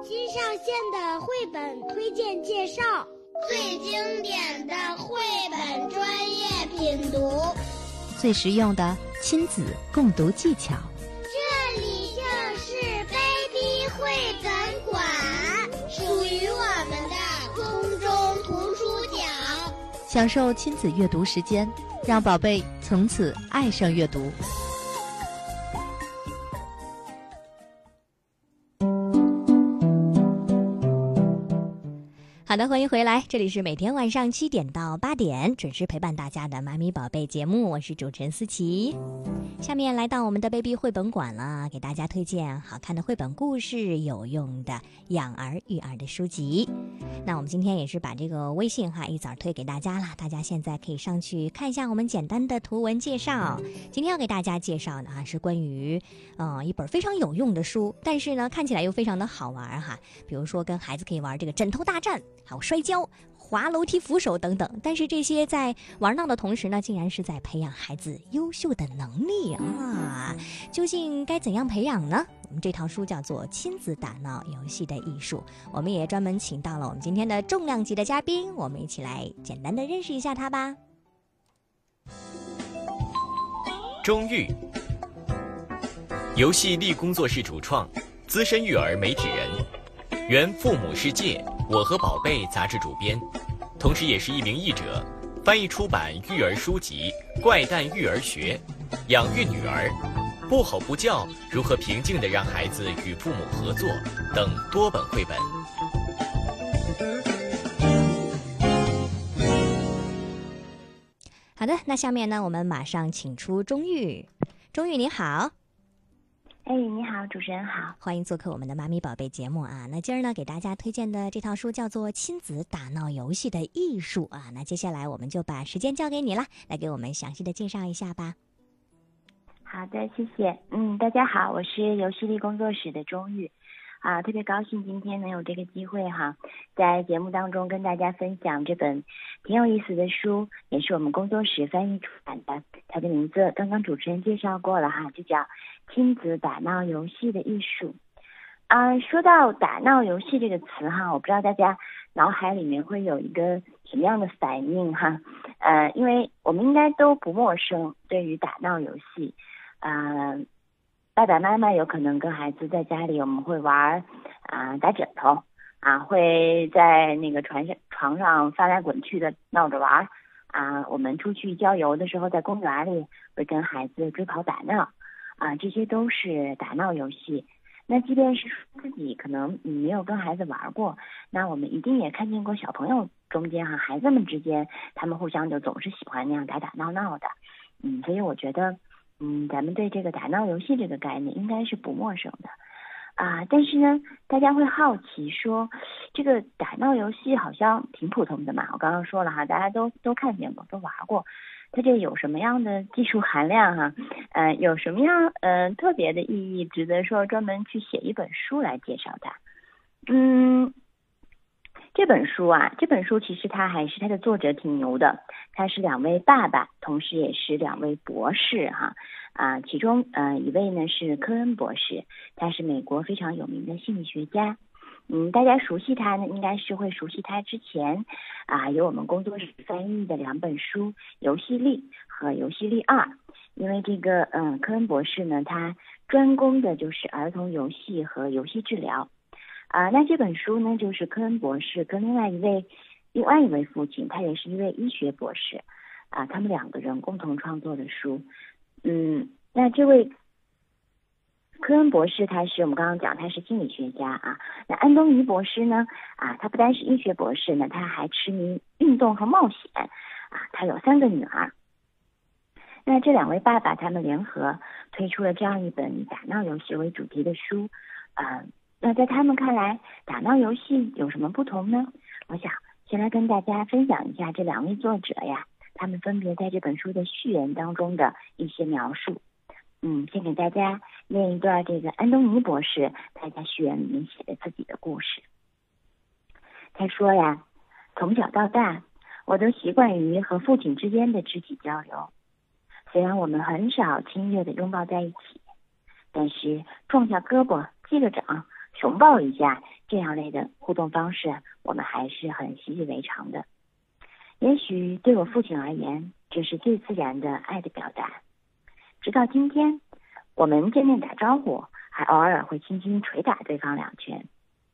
新上线的绘本推荐介绍， 最经典的绘本专业品读， 最实用的亲子共读技巧。 这里就是Baby 绘本馆，属于我们的空中图书角。 享受亲子阅读时间，让宝贝从此爱上阅读。好的，欢迎回来，这里是每天晚上7点到8点准时陪伴大家的妈咪宝贝节目，我是主持人思琪。下面来到我们的 Baby 绘本馆了，给大家推荐好看的绘本故事，有用的养儿育儿的书籍。那我们今天也是把这个微信一早推给大家了，大家现在可以上去看一下我们简单的图文介绍。今天要给大家介绍的是关于一本非常有用的书，但是呢看起来又非常的好玩比如说跟孩子可以玩这个枕头大战，还有摔跤、滑楼梯扶手等等，但是这些在玩闹的同时呢，竟然是在培养孩子优秀的能力究竟该怎样培养呢？我们这套书叫做《亲子打闹游戏的艺术》，我们也专门请到了我们今天的重量级的嘉宾，我们一起来简单的认识一下他吧。 钟玉，游戏力工作室主创，资深育儿媒体人，原《父母世界》我和宝贝杂志主编，同时也是一名译者，翻译出版育儿书籍《怪诞育儿学》、养育女儿、不吼不叫如何平静地让孩子与父母合作等多本绘本。 好的，那下面呢，我们马上请出钟玉。钟玉你好。 你好，主持人好， 欢迎做客我们的妈咪宝贝节目那今儿呢，给大家推荐的这套书叫做《亲子打闹游戏的艺术》那接下来我们就把时间交给你了，来给我们详细的介绍一下吧。 好的，谢谢。大家好，我是游戏力工作室的钟玉特别高兴今天能有这个机会在节目当中跟大家分享这本挺有意思的书，也是我们工作室翻译出版的。它的名字刚刚主持人介绍过了就叫亲子打闹游戏的艺术说到打闹游戏这个词我不知道大家脑海里面会有一个什么样的反应因为我们应该都不陌生对于打闹游戏爸爸妈妈有可能跟孩子在家里我们会玩打枕头会在那个床上翻来滚去的闹着玩我们出去郊游的时候在公园里会跟孩子追跑打闹这些都是打闹游戏。那即便是自己可能没有跟孩子玩过，那我们一定也看见过小朋友中间孩子们之间他们互相就总是喜欢那样打打闹闹的所以我觉得咱们对这个打闹游戏这个概念应该是不陌生的但是呢大家会好奇说这个打闹游戏好像挺普通的嘛，我刚刚说了大家都看见过都玩过，它这有什么样的技术含量有什么样特别的意义值得说专门去写一本书来介绍它。这本书其实它的作者挺牛的，他是2位爸爸，同时也是2位博士其中一位呢是科恩博士，他是美国非常有名的心理学家。大家熟悉他呢，应该是会熟悉他之前由我们工作室翻译的2本书《游戏力》和《游戏力2》。因为这个科恩博士呢，他专攻的就是儿童游戏和游戏治疗那这本书呢，就是科恩博士跟另外一位父亲，他也是一位医学博士他们2个人共同创作的书。那这位科恩博士我们刚刚讲他是心理学家那安东尼博士呢他不单是医学博士呢，他还痴迷运动和冒险他有3个女儿。那这2位爸爸他们联合推出了这样一本以打闹游戏为主题的书那在他们看来打闹游戏有什么不同呢？我想先来跟大家分享一下这2位作者他们分别在这本书的序言当中的一些描述。先给大家念一段这个安东尼博士他在序言里面写的自己的故事。他说从小到大我都习惯于和父亲之间的肢体交流，虽然我们很少亲热地拥抱在一起，但是撞下胳膊击个掌熊抱一下， 这样类的互动方式，我们还是很习以为常的。也许对我父亲而言，这是最自然的爱的表达。直到今天，我们见面打招呼，还偶尔会轻轻捶打对方2拳。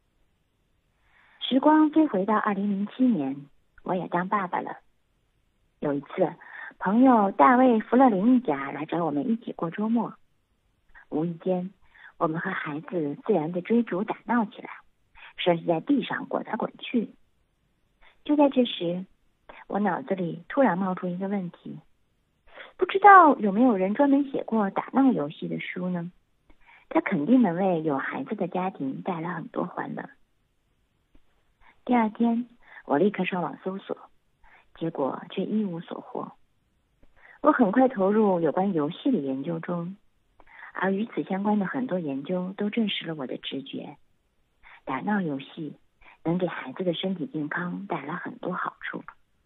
时光飞回到2007年，我也当爸爸了。有一次，朋友大卫·弗勒林一家来找我们一起过周末。无意间，我们和孩子自然地追逐打闹起来，甚至在地上滚来滚去。就在这时，我脑子里突然冒出一个问题，不知道有没有人专门写过打闹游戏的书呢？它肯定能为有孩子的家庭带来很多欢乐。第2天，我立刻上网搜索，结果却一无所获。我很快投入有关游戏的研究中，而与此相关的很多研究都证实了我的直觉：打闹游戏能给孩子的身体健康带来很多好处。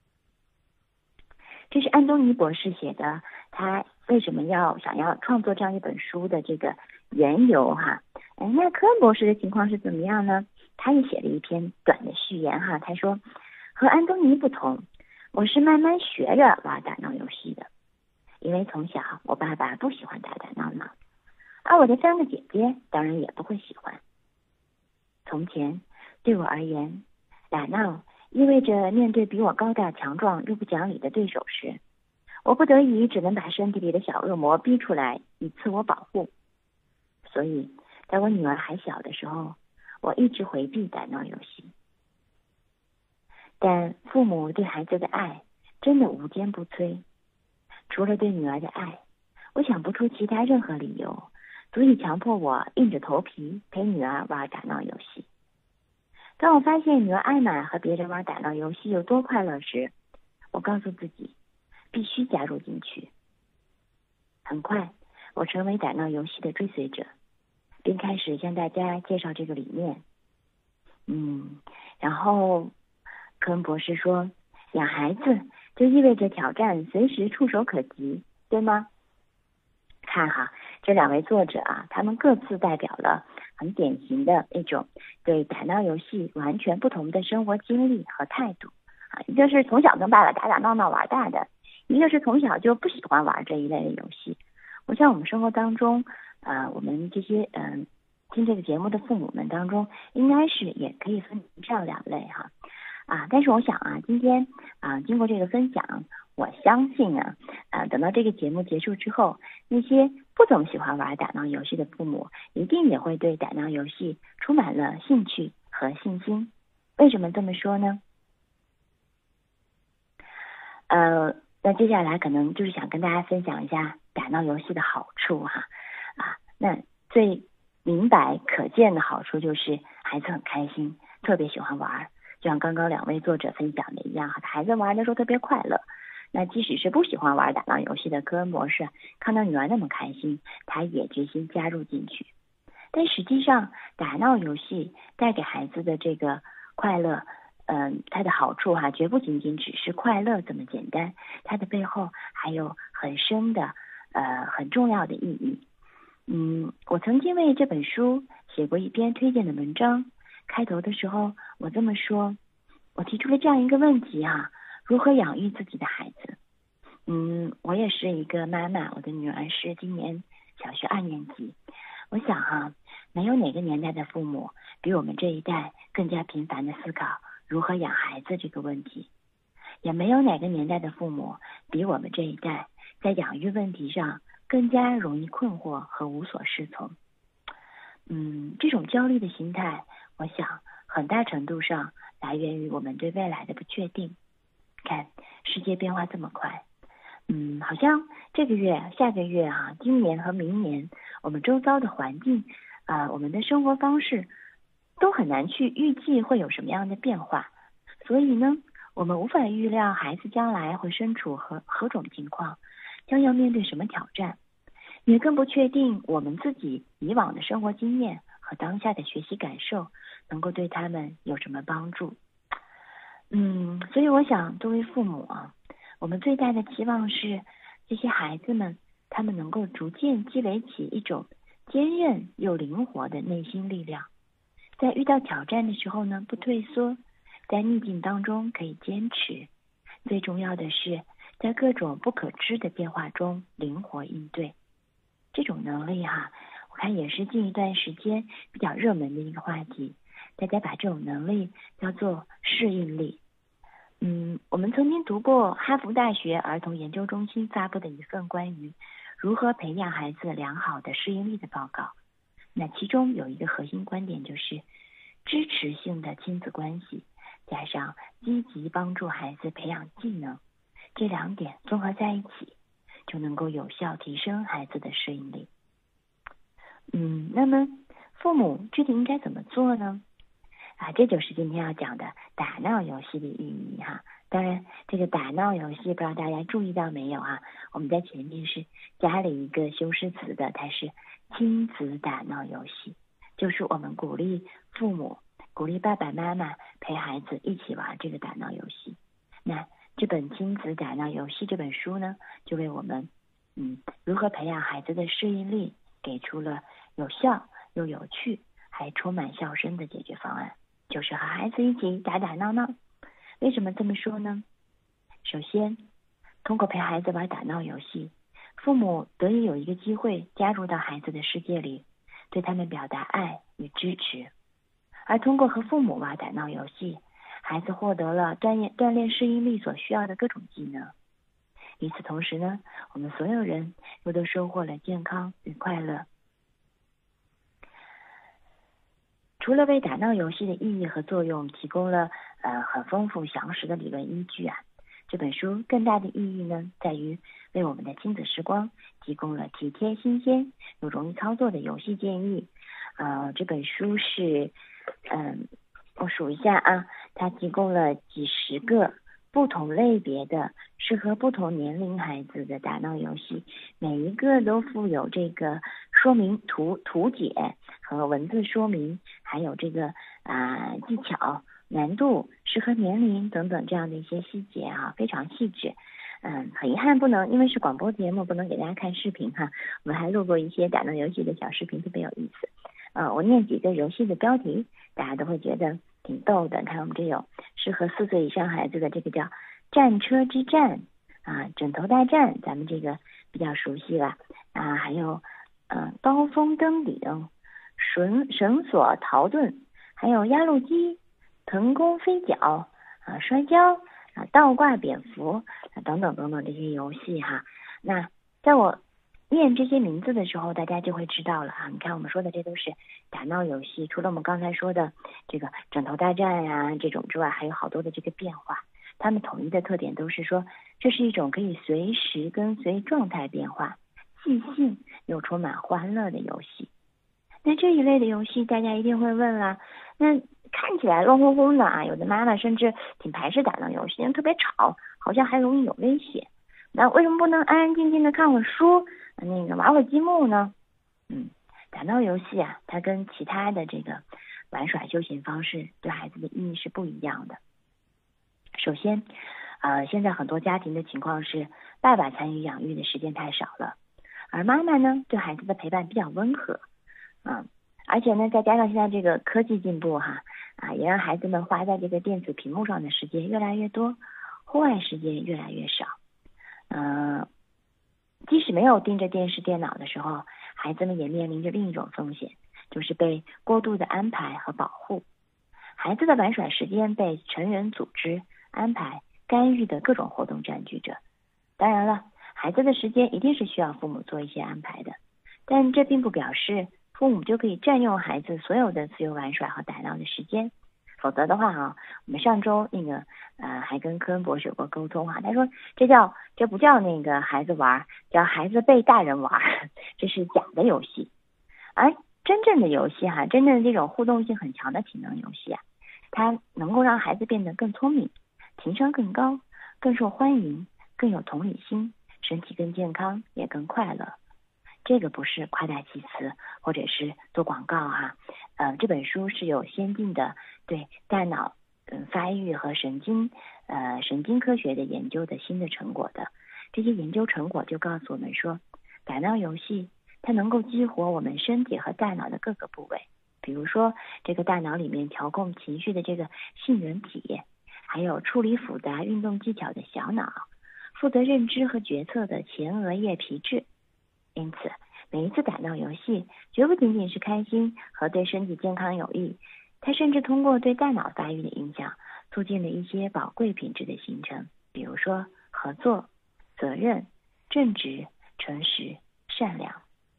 这是安东尼博士写的，他为什么想要创作这样一本书的这个缘由哈。那科恩博士的情况是怎么样呢？他也写了一篇短的序言哈，他说，和安东尼不同，我是慢慢学着玩打闹游戏的，因为从小我爸爸不喜欢打打闹闹，而我的3个姐姐当然也不会喜欢。从前对我而言，打闹意味着面对比我高大强壮又不讲理的对手时，我不得已只能把身体里的小恶魔逼出来以自我保护。所以在我女儿还小的时候，我一直回避打闹游戏。但父母对孩子的爱真的无坚不摧，除了对女儿的爱，我想不出其他任何理由足以强迫我硬着头皮陪女儿玩打闹游戏。当我发现女儿艾玛和别人玩打闹游戏有多快乐时，我告诉自己必须加入进去。很快，我成为打闹游戏的追随者，并开始向大家介绍这个理念。然后科恩博士说，养孩子就意味着挑战随时触手可及，对吗？看哈，这2位作者啊，他们各自代表了很典型的一种对打闹游戏完全不同的生活经历和态度啊，一个是从小跟爸爸打打闹闹玩大的，一个是从小就不喜欢玩这一类的游戏。我想我们生活当中我们这些听这个节目的父母们当中，应该是也可以分这样2类哈但是我想今天经过这个分享，我相信等到这个节目结束之后，那些不怎么喜欢玩打闹游戏的父母，一定也会对打闹游戏充满了兴趣和信心。为什么这么说呢？那接下来可能就是想跟大家分享一下打闹游戏的好处哈那最明白可见的好处就是孩子很开心，特别喜欢玩，就像刚刚2位作者分享的一样，孩子玩的时候特别快乐。那即使是不喜欢玩打闹游戏的科恩博士，看到女儿那么开心，他也决心加入进去。但实际上，打闹游戏带给孩子的这个快乐，它的好处绝不仅仅只是快乐这么简单，它的背后还有很深的很重要的意义。我曾经为这本书写过一篇推荐的文章，开头的时候我这么说，我提出了这样一个问题如何养育自己的孩子。我也是一个妈妈，我的女儿是今年小学2年级。我想没有哪个年代的父母比我们这一代更加频繁地思考如何养孩子这个问题，也没有哪个年代的父母比我们这一代在养育问题上更加容易困惑和无所适从。这种焦虑的心态，我想很大程度上来源于我们对未来的不确定。看，世界变化这么快，好像这个月、下个月今年和明年，我们周遭的环境我们的生活方式都很难去预计会有什么样的变化。所以呢，我们无法预料孩子将来会身处何种情况，将要面对什么挑战，也更不确定我们自己以往的生活经验和当下的学习感受能够对他们有什么帮助。所以我想作为父母我们最大的期望是这些孩子们，他们能够逐渐积累起一种坚韧又灵活的内心力量， 在遇到挑战的时候呢，不退缩，在逆境当中可以坚持。最重要的是，在各种不可知的变化中灵活应对。这种能力我看也是近一段时间比较热门的一个话题。大家把这种能力叫做适应力。我们曾经读过哈佛大学儿童研究中心发布的一份关于如何培养孩子良好的适应力的报告。那其中有一个核心观点，就是支持性的亲子关系加上积极帮助孩子培养技能，这两点综合在一起，就能够有效提升孩子的适应力。那么父母具体应该怎么做呢？这就是今天要讲的打闹游戏的寓意当然，这个打闹游戏不知道大家注意到没有我们在前面是加了一个修饰词的，它是亲子打闹游戏，就是我们鼓励父母、鼓励爸爸妈妈陪孩子一起玩这个打闹游戏。那这本《亲子打闹游戏》这本书呢，就为我们如何培养孩子的适应力给出了有效又有趣还充满笑声的解决方案，就是和孩子一起打打闹闹。为什么这么说呢？首先，通过陪孩子玩打闹游戏，父母得以有一个机会加入到孩子的世界里，对他们表达爱与支持。而通过和父母玩打闹游戏，孩子获得了锻炼适应力所需要的各种技能。与此同时呢，我们所有人又都收获了健康与快乐。除了为打闹游戏的意义和作用提供了很丰富详实的理论依据这本书更大的意义呢，在于为我们的亲子时光提供了体贴、新鲜又容易操作的游戏建议。这本书是我数一下它提供了几十个不同类别的适合不同年龄孩子的打闹游戏，每一个都附有这个说明图解和文字说明，还有这个技巧、难度、适合年龄等等这样的一些细节非常细致。很遗憾因为是广播节目，不能给大家看视频我们还录过一些打闹游戏的小视频，特别有意思。我念几个游戏的标题，大家都会觉得挺逗的。看我们这有适合4岁以上孩子的，这个叫战车之战枕头大战，咱们这个比较熟悉了还有刀锋登顶、绳索逃遁，还有压路机、腾空飞脚摔跤倒挂蝙蝠等等等等这些游戏那在我念这些名字的时候，大家就会知道了你看我们说的这都是打闹游戏，除了我们刚才说的这个枕头大战这种之外，还有好多的这个变化。它们统一的特点都是说，这是一种可以随时跟随状态变化、即兴又充满欢乐的游戏。那这一类的游戏，大家一定会问了，那看起来乱哄哄的有的妈妈甚至挺排斥打闹游戏，因为特别吵，好像还容易有危险。那为什么不能安安静静的看会书，玩会积木呢？打闹游戏它跟其他的这个玩耍休闲方式对孩子的意义是不一样的。首先现在很多家庭的情况是，爸爸参与养育的时间太少了，而妈妈呢对孩子的陪伴比较温和而且呢再加上现在这个科技进步也让孩子们花在这个电子屏幕上的时间越来越多，户外时间越来越少。即使没有盯着电视电脑的时候，孩子们也面临着另一种风险，就是被过度的安排和保护。孩子的玩耍时间被成人组织、安排、干预的各种活动占据着。当然了，孩子的时间一定是需要父母做一些安排的，但这并不表示父母就可以占用孩子所有的自由玩耍和打闹的时间。否则的话我们上周还跟科恩博士有过沟通他说这不叫孩子玩，叫孩子被大人玩，这是假的游戏。而真正的游戏真正的这种互动性很强的体能游戏它能够让孩子变得更聪明，情商更高，更受欢迎，更有同理心，身体更健康，也更快乐。这个不是夸大其词或者是做广告这本书是有先进的对大脑发育和神经科学的研究的新的成果的。这些研究成果就告诉我们说，打闹游戏它能够激活我们身体和大脑的各个部位， 比如说这个大脑里面调控情绪的这个杏仁体，还有处理复杂运动技巧的小脑，负责认知和决策的前额叶皮质。因此每一次打闹游戏绝不仅仅是开心和对身体健康有益，它甚至通过对大脑发育的影响，促进了一些宝贵品质的形成，比如说合作、责任、正直、诚实、善良。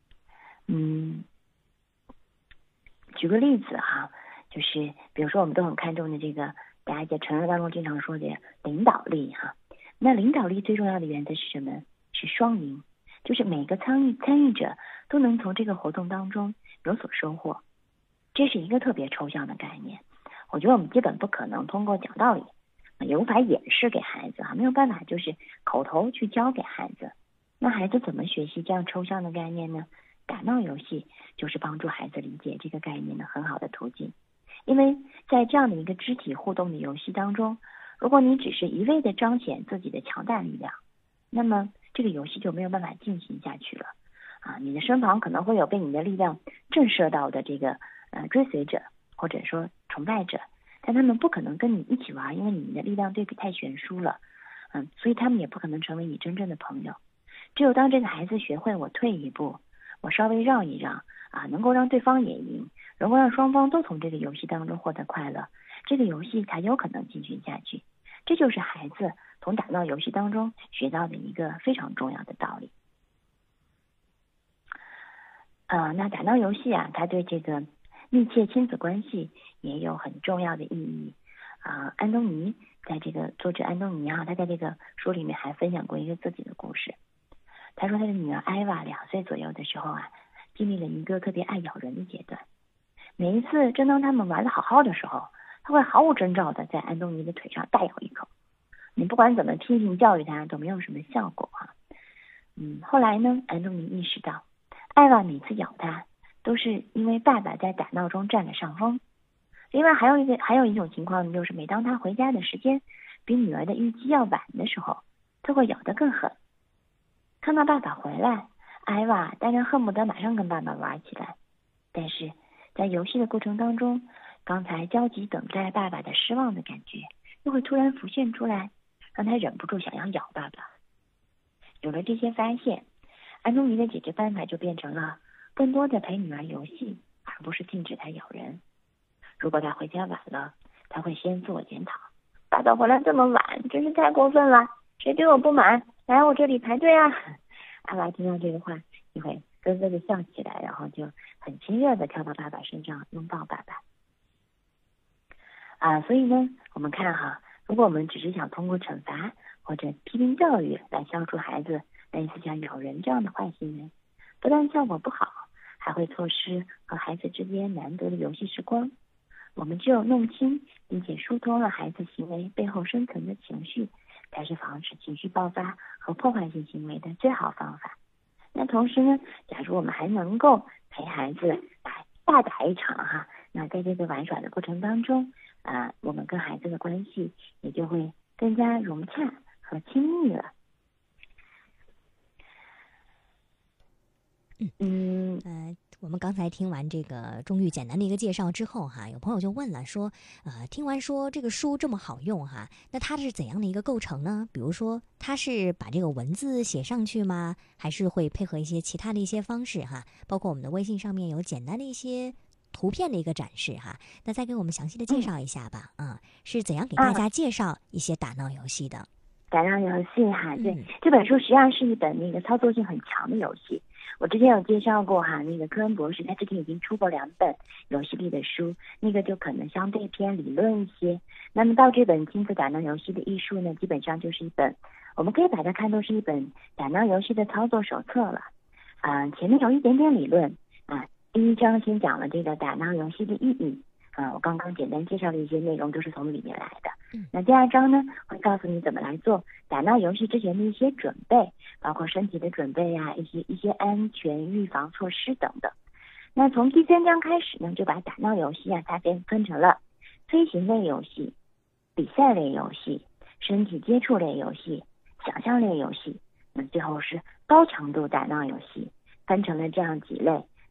举个例子哈，就是比如说我们都很看重的这个大家在成人当中经常说的领导力哈。那领导力最重要的原则是什么？是双赢，就是每个参与者都能从这个活动当中有所收获。这是一个特别抽象的概念，我觉得我们基本不可能通过讲道理，也无法演示给孩子没有办法就是口头去教给孩子。那孩子怎么学习这样抽象的概念呢？打闹游戏就是帮助孩子理解这个概念的很好的途径。因为在这样的一个肢体互动的游戏当中，如果你只是一味的彰显自己的强大力量，那么这个游戏就没有办法进行下去了你的身旁可能会有被你的力量震慑到的这个追随者或者说崇拜者，但他们不可能跟你一起玩，因为你们的力量对比太悬殊了所以他们也不可能成为你真正的朋友。只有当这个孩子学会我退一步，我稍微让一让能够让对方也赢，能够让双方都从这个游戏当中获得快乐，这个游戏才有可能进行下去。这就是孩子从打闹游戏当中学到的一个非常重要的道理。那打闹游戏它对这个密切亲子关系也有很重要的意义。安东尼在这个作者安东尼他在这个书里面还分享过一个自己的故事。他说他的女儿艾娃2岁左右的时候经历了一个特别爱咬人的阶段。每一次正当他们玩得好好的时候，他会毫无征兆的在安东尼的腿上大咬一口，你不管怎么批评教育他都没有什么效果后来呢，安东尼意识到艾娃每次咬他都是因为爸爸在打闹中占了上风。另外还有一种情况，就是每当他回家的时间比女儿的预期要晚的时候，他会咬得更狠。看到爸爸回来，艾娃当然恨不得马上跟爸爸玩起来，但是在游戏的过程当中，刚才焦急等待爸爸的失望的感觉又会突然浮现出来，让他忍不住想要咬爸爸。有了这些发现，安东尼的解决办法就变成了更多的陪女儿游戏，而不是禁止她咬人。如果她回家晚了，他会先自我检讨，爸爸回来这么晚真是太过分了，谁对我不满来我这里排队艾娃听到这个话就会咯咯的笑起来，然后就很亲热的跳到爸爸身上拥抱爸爸所以呢，我们看如果我们只是想通过惩罚或者批评教育来消除孩子类似像咬人这样的坏行为，不但效果不好，还会错失和孩子之间难得的游戏时光。我们只有弄清并且疏通了孩子行为背后深层的情绪，才是防止情绪爆发和破坏性行为的最好方法。那同时呢，假如我们还能够陪孩子大打一场那在这个玩耍的过程当中我们跟孩子的关系也就会更加融洽和亲密了。 我们刚才听完这个钟玉简单的一个介绍之后有朋友就问了说听完说这个书这么好用那它是怎样的一个构成呢？比如说它是把这个文字写上去吗？还是会配合一些其他的一些方式包括我们的微信上面有简单的一些图片的一个展示那再给我们详细的介绍一下吧是怎样给大家介绍一些打闹游戏的？ 打闹游戏对，这本书实际上是一本那个操作性很强的游戏。我之前有介绍过那个科恩博士他之前已经出过2本游戏力的书，那个就可能相对偏理论一些。那么到这本亲子打闹游戏的艺术呢，基本上就是一本，我们可以把它看作是一本打闹游戏的操作手册了。前面有一点点理论第1章先讲了这个打闹游戏的意义我刚刚简单介绍的一些内容都是从里面来的。那第2章呢，会告诉你怎么来做打闹游戏之前的一些准备，包括身体的准备一些安全预防措施等等。那从第3章开始呢，就把打闹游戏它分成了飞行类游戏、比赛类游戏、身体接触类游戏、想象类游戏，那最后是高强度打闹游戏，分成了这样几类。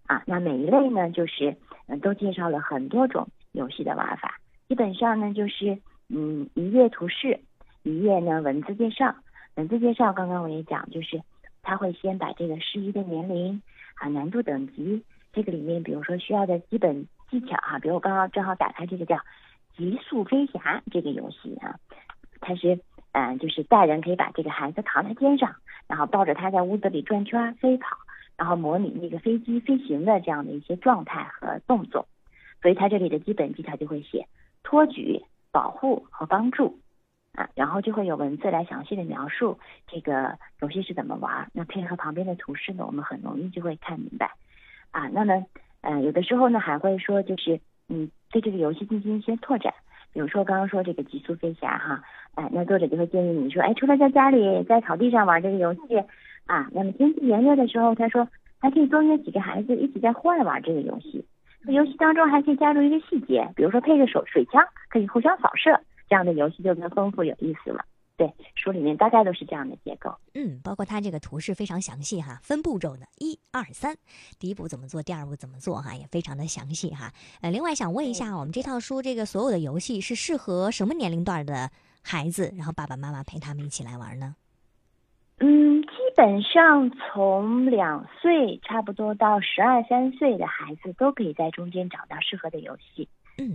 那每一类呢，就是都介绍了很多种游戏的玩法。基本上呢，就是一页图示，一页呢文字介绍。文字介绍刚刚我也讲，就是他会先把这个适宜的年龄难度等级，这个里面比如说需要的基本技巧比如我刚刚正好打开这个叫极速飞侠这个游戏它是就是大人可以把这个孩子扛在肩上，然后抱着他在屋子里转圈飞跑，然后模拟那个飞机飞行的这样的一些状态和动作。所以他这里的基本技巧就会写托举、保护和帮助然后就会有文字来详细的描述这个游戏是怎么玩。那配合旁边的图示呢，我们很容易就会看明白那么有的时候呢还会说就是对这个游戏进行一些拓展。比如说刚刚说这个极速飞侠那作者就会建议你说除了在家里在草地上玩这个游戏那么天气炎热的时候，他说还可以多约几个孩子一起在户外玩这个游戏。游戏当中还可以加入一个细节，比如说配个水枪，可以互相扫射，这样的游戏就更丰富有意思了。对，书里面大概都是这样的结构。 包括它这个图示非常详细分步骤的1、2、3，第一步怎么做，第二步怎么做也非常的详细另外想问一下，我们这套书这个所有的游戏是适合什么年龄段的孩子，然后爸爸妈妈陪他们一起来玩呢？ 基本上从2岁差不多到12、13岁的孩子都可以在中间找到适合的游戏。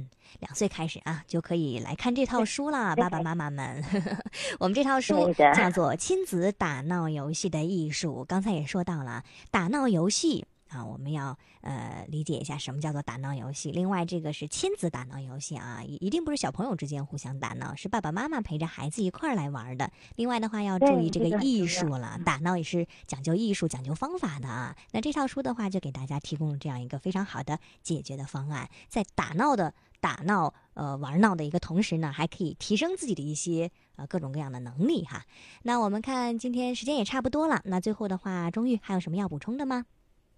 2岁开始就可以来看这套书了，爸爸妈妈们。我们这套书叫做《亲子打闹游戏的艺术》。刚才也说到了打闹游戏我们要理解一下什么叫做打闹游戏。另外这个是亲子打闹游戏一定不是小朋友之间互相打闹，是爸爸妈妈陪着孩子一块儿来玩的。另外的话要注意这个艺术了，打闹也是讲究艺术讲究方法的那这套书的话就给大家提供了这样一个非常好的解决的方案，在打闹玩闹的一个同时呢，还可以提升自己的一些各种各样的能力那我们看今天时间也差不多了，那最后的话钟玉还有什么要补充的吗？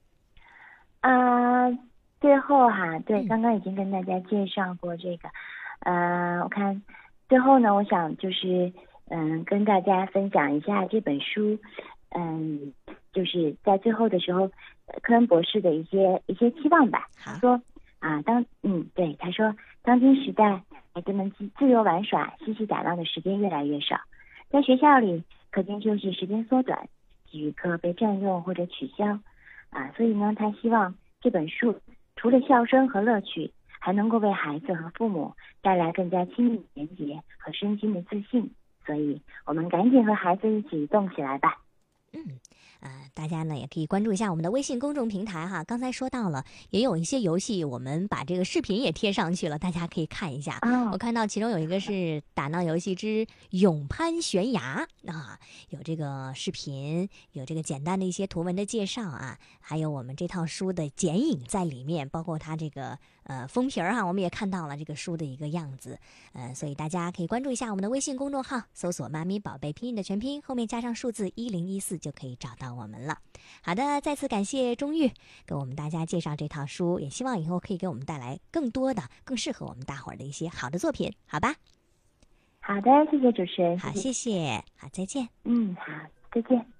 最后对，刚刚已经跟大家介绍过这个我看最后呢，我想就是跟大家分享一下这本书就是在最后的时候科恩博士的一些期望吧。他说对，他说当今时代孩子们自由玩耍嬉戏打闹的时间越来越少，在学校里课间休息时间缩短，体育课被占用或者取消所以呢他希望这本书除了笑声和乐趣，还能够为孩子和父母带来更加亲密连结和身心的自信。所以我们赶紧和孩子一起动起来吧。 大家呢也可以关注一下我们的微信公众平台刚才说到了也有一些游戏，我们把这个视频也贴上去了，大家可以看一下我看到其中有一个是打闹游戏之勇攀悬崖有这个视频，有这个简单的一些图文的介绍还有我们这套书的剪影在里面，包括它这个封皮我们也看到了这个书的一个样子所以大家可以关注一下我们的微信公众号，搜索妈咪宝贝拼音的全拼后面加上数字1014就可以找到我们了。好的，再次感谢钟玉给我们大家介绍这套书，也希望以后可以给我们带来更多的更适合我们大伙儿的一些好的作品，好吧？ 好的，谢谢主持人。 好，谢谢，好，再见。 好，再见。